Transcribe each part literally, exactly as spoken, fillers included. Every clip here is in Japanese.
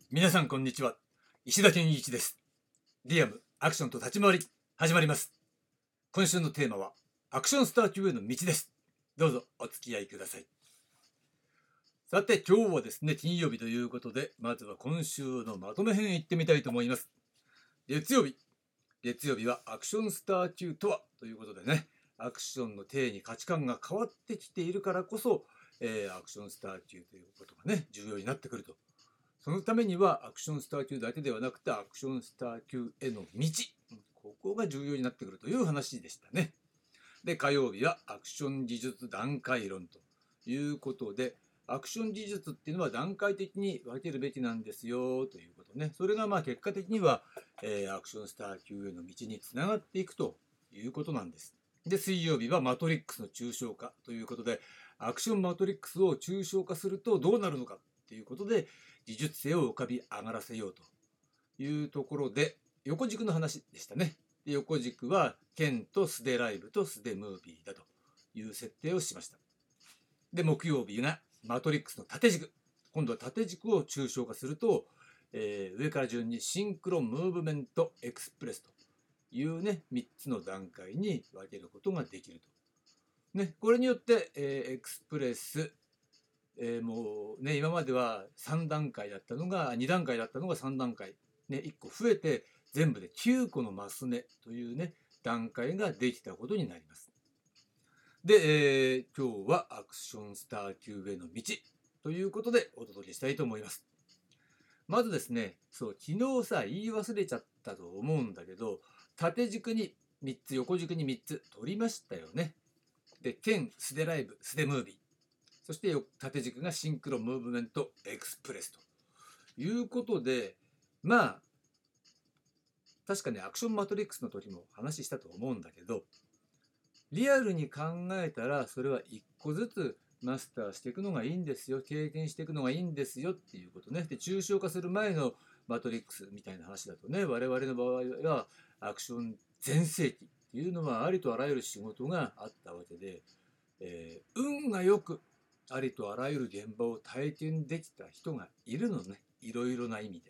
皆さんこんにちは。石田健一です。リアムアクションと立ち回り始まります。今週のテーマはアクションスター級への道です。どうぞお付き合いください。さて今日はですね、金曜日ということで、まずは今週のまとめ編いってみたいと思います。月曜日月曜日はアクションスター級とはということでね、アクションの定義価値観が変わってきているからこそ、えー、アクションスター級ということがね重要になってくると。そのためにはアクションスター級だけではなくてアクションスター級への道、ここが重要になってくるという話でしたね。で、火曜日はアクション技術段階論ということで、アクション技術っていうのは段階的に分けるべきなんですよということね。それがまあ結果的には、えー、アクションスター級への道につながっていくということなんです。で、水曜日はマトリックスの抽象化ということで、アクションマトリックスを抽象化するとどうなるのかということで、技術性を浮かび上がらせようというところで、横軸の話でしたね。で、横軸は剣と素手ライブと素手ムービーだという設定をしました。で、木曜日がマトリックスの縦軸。今度は縦軸を抽象化すると、えー、上から順にシンクロムーブメントエクスプレスというね、みっつの段階に分けることができると。ね、これによって、えー、エクスプレス、えー、もうね、今まではさん段階だったのがに段階だったのがさん段階、ね、いっこ増えて全部できゅうこのマス目というね段階ができたことになります。で、えー、今日はアクションスター級への道ということでお届けしたいと思います。まずですね、そう昨日さ言い忘れちゃったと思うんだけど、縦軸にみっつ横軸にみっつ取りましたよね。で、剣、素手ライブ、素手ムービー、そして縦軸がシンクロムーブメントエクスプレスということで、まあ確かにアクションマトリックスの時も話したと思うんだけど、リアルに考えたらそれはいっこずつマスターしていくのがいいんですよ、経験していくのがいいんですよっていうことね。で、抽象化する前のマトリックスみたいな話だとね、我々の場合はアクション全盛期っていうのはありとあらゆる仕事があったわけで、えー、運がよくありとあらゆる現場を体験できた人がいるのね、いろいろな意味で。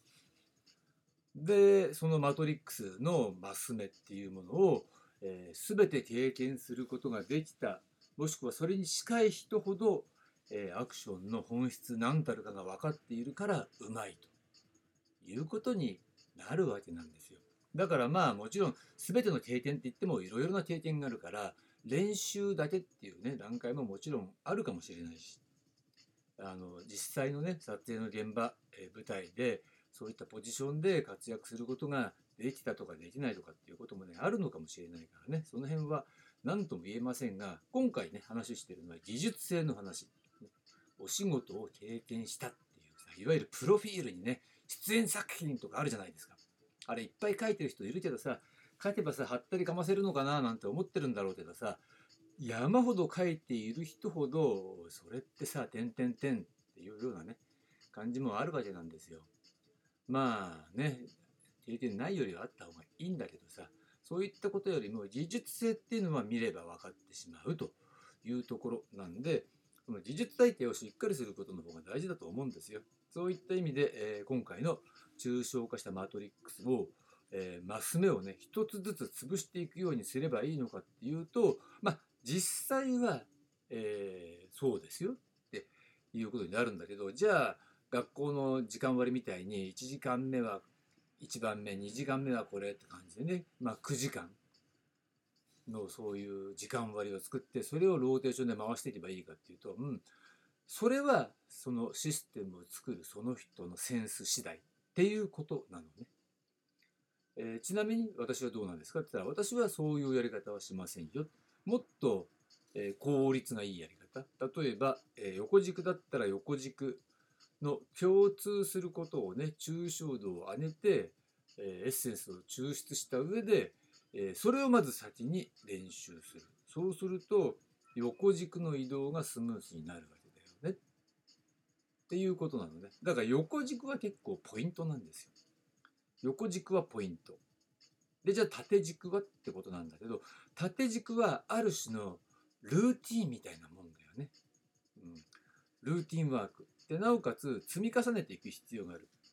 で、そのマトリックスのマス目っていうものを、えー、全て経験することができた、もしくはそれに近い人ほど、えー、アクションの本質何たるかが分かっているからうまいということになるわけなんですよ。だからまあもちろん全ての経験って言ってもいろいろな経験があるから、練習だけっていうね段階ももちろんあるかもしれないし、あの実際のね撮影の現場、えー、舞台でそういったポジションで活躍することができたとかできないとかっていうこともねあるのかもしれないからね、その辺は何とも言えませんが、今回ね話しているのは技術性の話、お仕事を経験したっていうさ、いわゆるプロフィールにね出演作品とかあるじゃないですか。あれいっぱい書いてる人いるけどさ、書けばさはったりかませるのかななんて思ってるんだろうけどさ、山ほど書いている人ほどそれってさ点々点っていうようなね感じもあるわけなんですよ。まあね、経験ないよりはあった方がいいんだけどさ、そういったことよりも技術性っていうのは見れば分かってしまうというところなんで、この技術体系をしっかりすることの方が大事だと思うんですよ。そういった意味で、えー、今回の抽象化したマトリックスを、えー、マス目をね一つずつ潰していくようにすればいいのかっていうと、まあ実際は、えー、そうですよっていうことになるんだけど、じゃあ学校の時間割みたいにいちじかんめはいちばんめ、にじかんめはこれって感じでね、まあ、くじかんのそういう時間割を作ってそれをローテーションで回していけばいいかっていうと、うん、それはそのシステムを作るその人のセンス次第っていうことなのね。えー、ちなみに私はどうなんですかって言ったら、私はそういうやり方はしませんよ。もっと、えー効率がいいやり方。例えば、えー横軸だったら横軸の共通することをね抽象度を上げて、えーエッセンスを抽出した上で、えーそれをまず先に練習する。そうすると横軸の移動がスムーズになるわけだよねっていうことなのね。だから横軸は結構ポイントなんですよ。横軸はポイントで、じゃあ縦軸はってことなんだけど、縦軸はある種のルーティーンみたいなもんだよね。うん、ルーティンワークで、なおかつ積み重ねていく必要がある。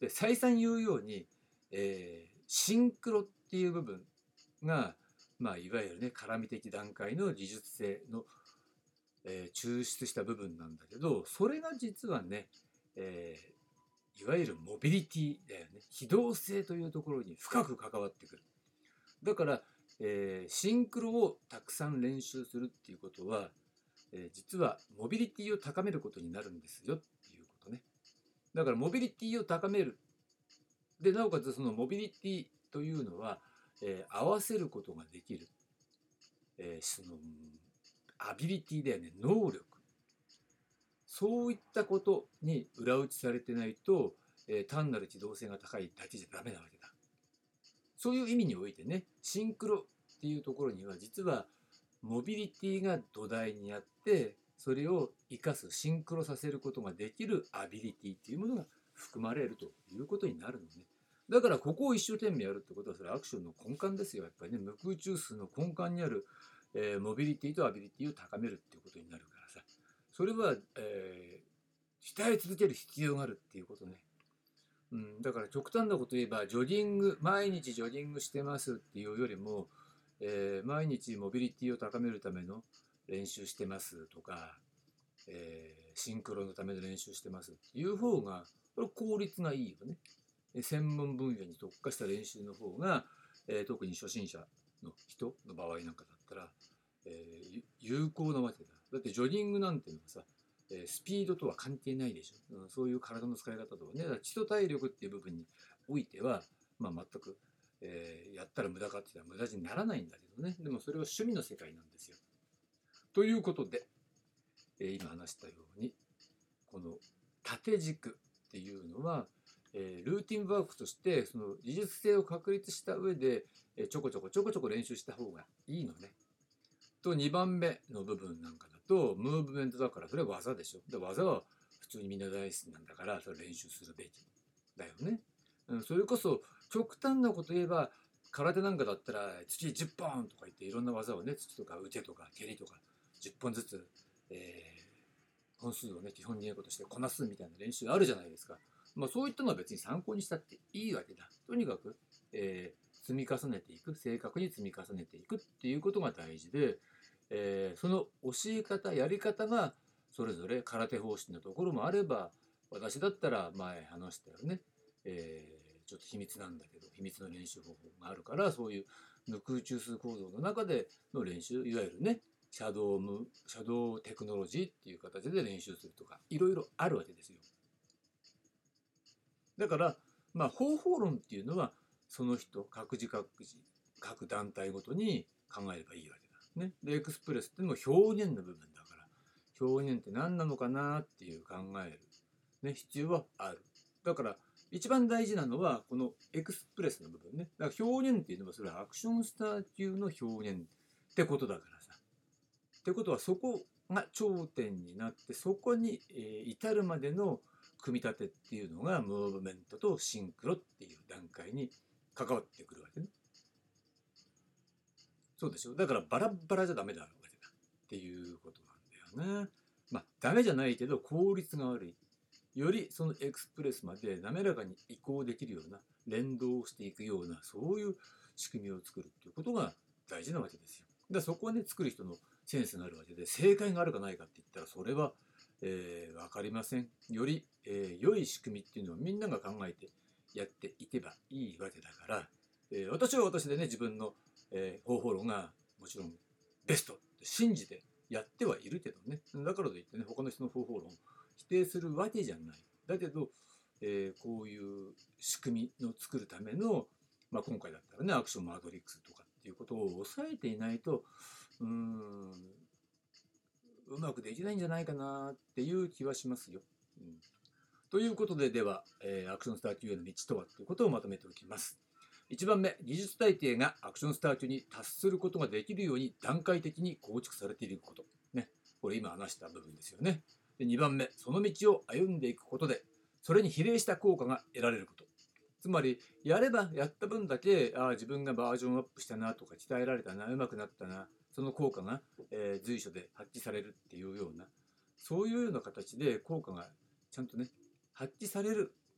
で再三言うように、えーシンクロっていう部分が、まあ、いわゆるね絡み的段階の技術性の、えー抽出した部分なんだけど、それが実はね、えーいわゆるモビリティだよね。機動性というところに深く関わってくる。だから、えーシンクロをたくさん練習するっていうことは、えー実はモビリティを高めることになるんですよっていうことね。だからモビリティを高める。で、なおかつそのモビリティというのは、えー合わせることができる、えーそのアビリティだよね、能力。そういったことに裏打ちされてないと、えー単なる機動性が高いだけじゃダメなわけだ。そういう意味においてね、シンクロっていうところには実はモビリティが土台にあって、それを生かす、シンクロさせることができるアビリティっていうものが含まれるということになるのね。だからここを一生懸命やるってことは、それはアクションの根幹ですよ。やっぱりね、無空中枢の根幹にある、えーモビリティとアビリティを高めるっていうことになるからさ。それは、えー鍛え続ける必要があるっていうことね。うん、だから極端なこと言えば、ジョギング、毎日ジョギングしてますっていうよりも、えー毎日モビリティを高めるための練習してますとか、えーシンクロのための練習してますっていう方が、これ効率がいいよね。専門分野に特化した練習の方が、えー特に初心者の人の場合なんかだったら、えー有効なわけだ。だってジョギングなんていうのはさ、えースピードとは関係ないでしょ。うん、そういう体の使い方とかね、だから基礎体力っていう部分においては、まあ、全く、えーやったら無駄かって言ったら無駄にならないんだけどね。でもそれは趣味の世界なんですよ。ということで、えー今話したように、この縦軸っていうのは、えールーティンワークとしてその技術性を確立した上で、えーちょこちょこちょこちょこ練習した方がいいのね。とにばんめの部分なんかだとムーブメントだから、それは技でしょ。で技は普通にみんな大好きなんだから、それ練習するべきだよね。うん、それこそ極端なこと言えば、空手なんかだったら月じゅっぽんとか言っていろんな技をね、突きとか腕とか蹴りとかじゅっぽんずつ、えー本数をね基本にことしてこなすみたいな練習あるじゃないですか。まあ、そういったのは別に参考にしたっていいわけだ。とにかく、えー積み重ねていく、正確に積み重ねていくっていうことが大事で、えーその教え方、やり方がそれぞれ空手方式のところもあれば、私だったら前話したよね、えーちょっと秘密なんだけど、秘密の練習方法があるから、そういう無空中枢構造の中での練習、いわゆるね、シャドウム、シャドウテクノロジーっていう形で練習するとか、いろいろあるわけですよ。だから、まあ、方法論っていうのは、その人、各自各自、各団体ごとに考えればいいわけだ。ね。で、エクスプレスっていうのも表現の部分だから、表現って何なのかなっていう考える、ね、必要はある。だから、一番大事なのは、このエクスプレスの部分ね。だから表現っていうのは、それはアクションスター級の表現ってことだからさ。ってことは、そこが頂点になって、そこに、えー至るまでの組み立てっていうのが、ムーブメントとシンクロっていう段階に関わってくるわけね。そうでしょ。だからバラッバラじゃダメだわけだっていうことなんだよね。まあ、ダメじゃないけど効率が悪い。よりそのエクスプレスまで滑らかに移行できるような、連動していくような、そういう仕組みを作るっていうことが大事なわけですよ。だからそこはね、作る人のセンスがあるわけで、正解があるかないかって言ったら、それは、えー、分かりません。より、えー、良い仕組みっていうのをみんなが考えてやっていけばいいわけだから、えー、私は私でね、自分の、えー、方法論がもちろんベストって信じてやってはいるけどね。だからといってね、他の人の方法論否定するわけじゃない。だけど、えーこういう仕組みの作るための、まあ、今回だったらね、アクションマトリックスとかっていうことを抑えていないと、うーん、うまくできないんじゃないかなっていう気はしますよ。うん、ということで、では、えーアクションスター級への道とはということをまとめておきます。いちばんめ、技術体系がアクションスター級に達することができるように段階的に構築されていること。ね。これ今話した部分ですよね。でにばんめ、その道を歩んでいくことで、それに比例した効果が得られること。つまり、やればやった分だけ、ああ、自分がバージョンアップしたなとか、鍛えられたな、上手くなったな、その効果が、えー随所で発揮されるっていうような、そういうような形で効果がちゃんとね、発揮される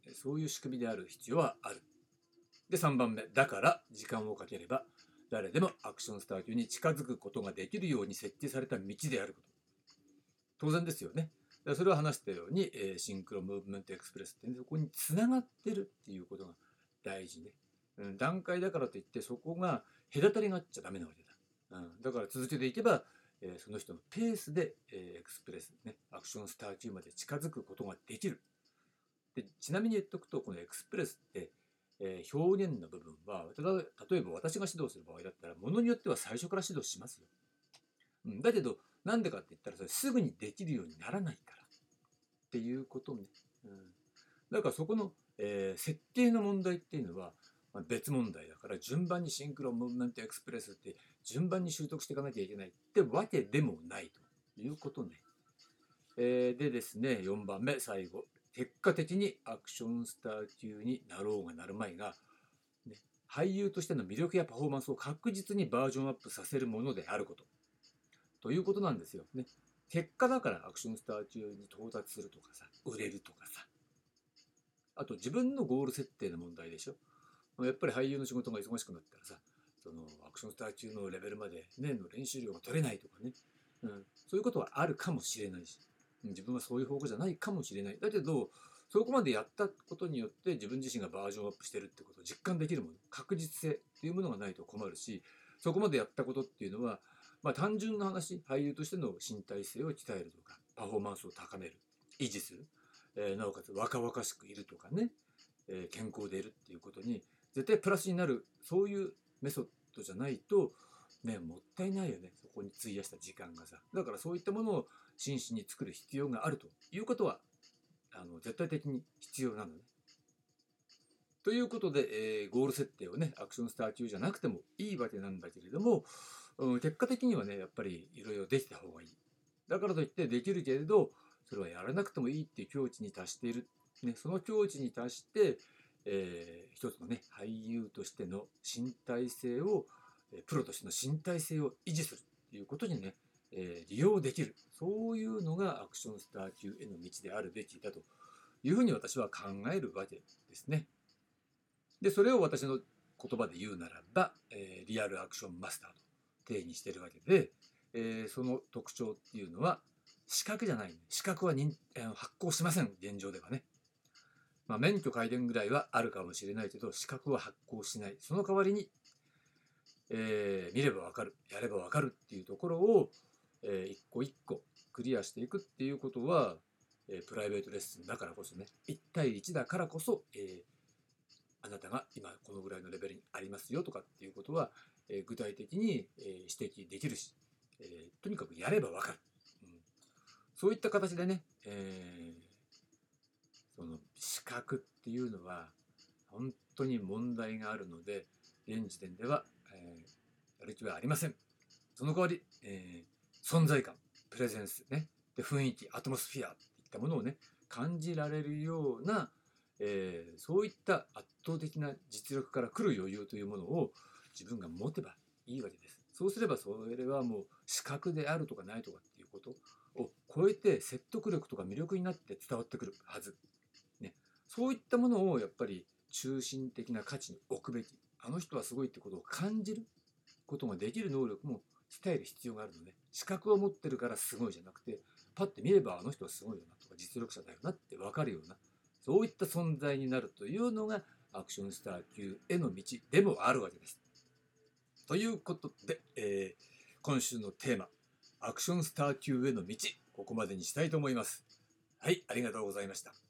そういう仕組みである必要はある。で、さんばんめ、だから時間をかければ誰でもアクションスター級に近づくことができるように設計された道であること。当然ですよね。だからそれを話したように、えーシンクロムーブメントエクスプレスってそこにつながってるっていうことが大事ね。うん、段階だからといってそこが隔たりがあっちゃダメなわけだ。うん、だから続けていけば、えーその人のペースで、えーエクスプレス、ね、アクションスター級まで近づくことができる。でちなみに言っとくと、このエクスプレスって、えー表現の部分は、例えば私が指導する場合だったら、ものによっては最初から指導しますよ。うん、だけど、なんでかって言ったら、それすぐにできるようにならないからっていうことね。うん、だからそこの、えー設計の問題っていうのは、まあ、別問題だから、順番にシンクロムーブメントエクスプレスって順番に習得していかなきゃいけないってわけでもないということね。えーでですね、よんばんめ、最後。結果的にアクションスター級になろうがなるまいが、ね、俳優としての魅力やパフォーマンスを確実にバージョンアップさせるものであること。ということなんですよね。結果だからアクションスター級に到達するとかさ、売れるとかさ。あと自分のゴール設定の問題でしょ。やっぱり俳優の仕事が忙しくなったらさ、そのアクションスター級のレベルまで年の練習量が取れないとかね、うん、そういうことはあるかもしれないし、自分はそういう方向じゃないかもしれない。だけど、そこまでやったことによって自分自身がバージョンアップしてるってことを実感できるもの、確実性っていうものがないと困るし、そこまでやったことっていうのは、まあ、単純な話、俳優としての身体性を鍛えるとか、パフォーマンスを高める、維持する、えーなおかつ若々しくいるとかね、えー健康でいるっていうことに絶対プラスになる、そういうメソッドじゃないと、ね、もったいないよね、そこに費やした時間がさ。だからそういったものを真摯に作る必要があるということは、あの絶対的に必要なのね。ということで、えーゴール設定をね、アクションスター級じゃなくてもいいわけなんだけれども、うん、結果的にはね、やっぱりいろいろできた方がいい。だからといってできるけれど、それはやらなくてもいいっていう境地に達している。ね、その境地に達して、えー一つのね、俳優としての身体性を、えープロとしての身体性を維持するということにね、えー利用できる。そういうのがアクションスター級への道であるべきだというふうに私は考えるわけですね。で、それを私の言葉で言うならば、えーリアルアクションマスターと定義しているわけで、えーその特徴っていうのは、資格じゃない。資格は認、えー発行しません、現状ではね。まあ、免許改伝ぐらいはあるかもしれないけど、資格は発行しない。その代わりに、えー見ればわかる、やればわかるっていうところを、えー一個一個クリアしていくっていうことは、えープライベートレッスンだからこそね、いち対いちだからこそ、えーあなたが今このぐらいのレベルにありますよとかっていうことは、えー具体的に、えー指摘できるし、えーとにかくやればわかる、うん。そういった形でね、えーその資格っていうのは本当に問題があるので、現時点では、えーやる気はありません。その代わり、えー存在感、プレゼンスね、で雰囲気、アトモスフィアといったものをね、感じられるような、えーそういった圧倒的な実力から来る余裕というものを自分が持てばいいわけです。そうすればそれはもう資格であるとかないとかっていうことを超えて説得力とか魅力になって伝わってくるはず。ね、そういったものをやっぱり中心的な価値に置くべき。あの人はすごいってことを感じることができる能力も鍛える必要があるので、資格を持ってるからすごいじゃなくて、パッて見ればあの人はすごいよなとか実力者だよなって分かるような、そういった存在になるというのがアクションスター級への道でもあるわけです。ということで、えー今週のテーマ、アクションスター級への道、ここまでにしたいと思います。はい、ありがとうございました。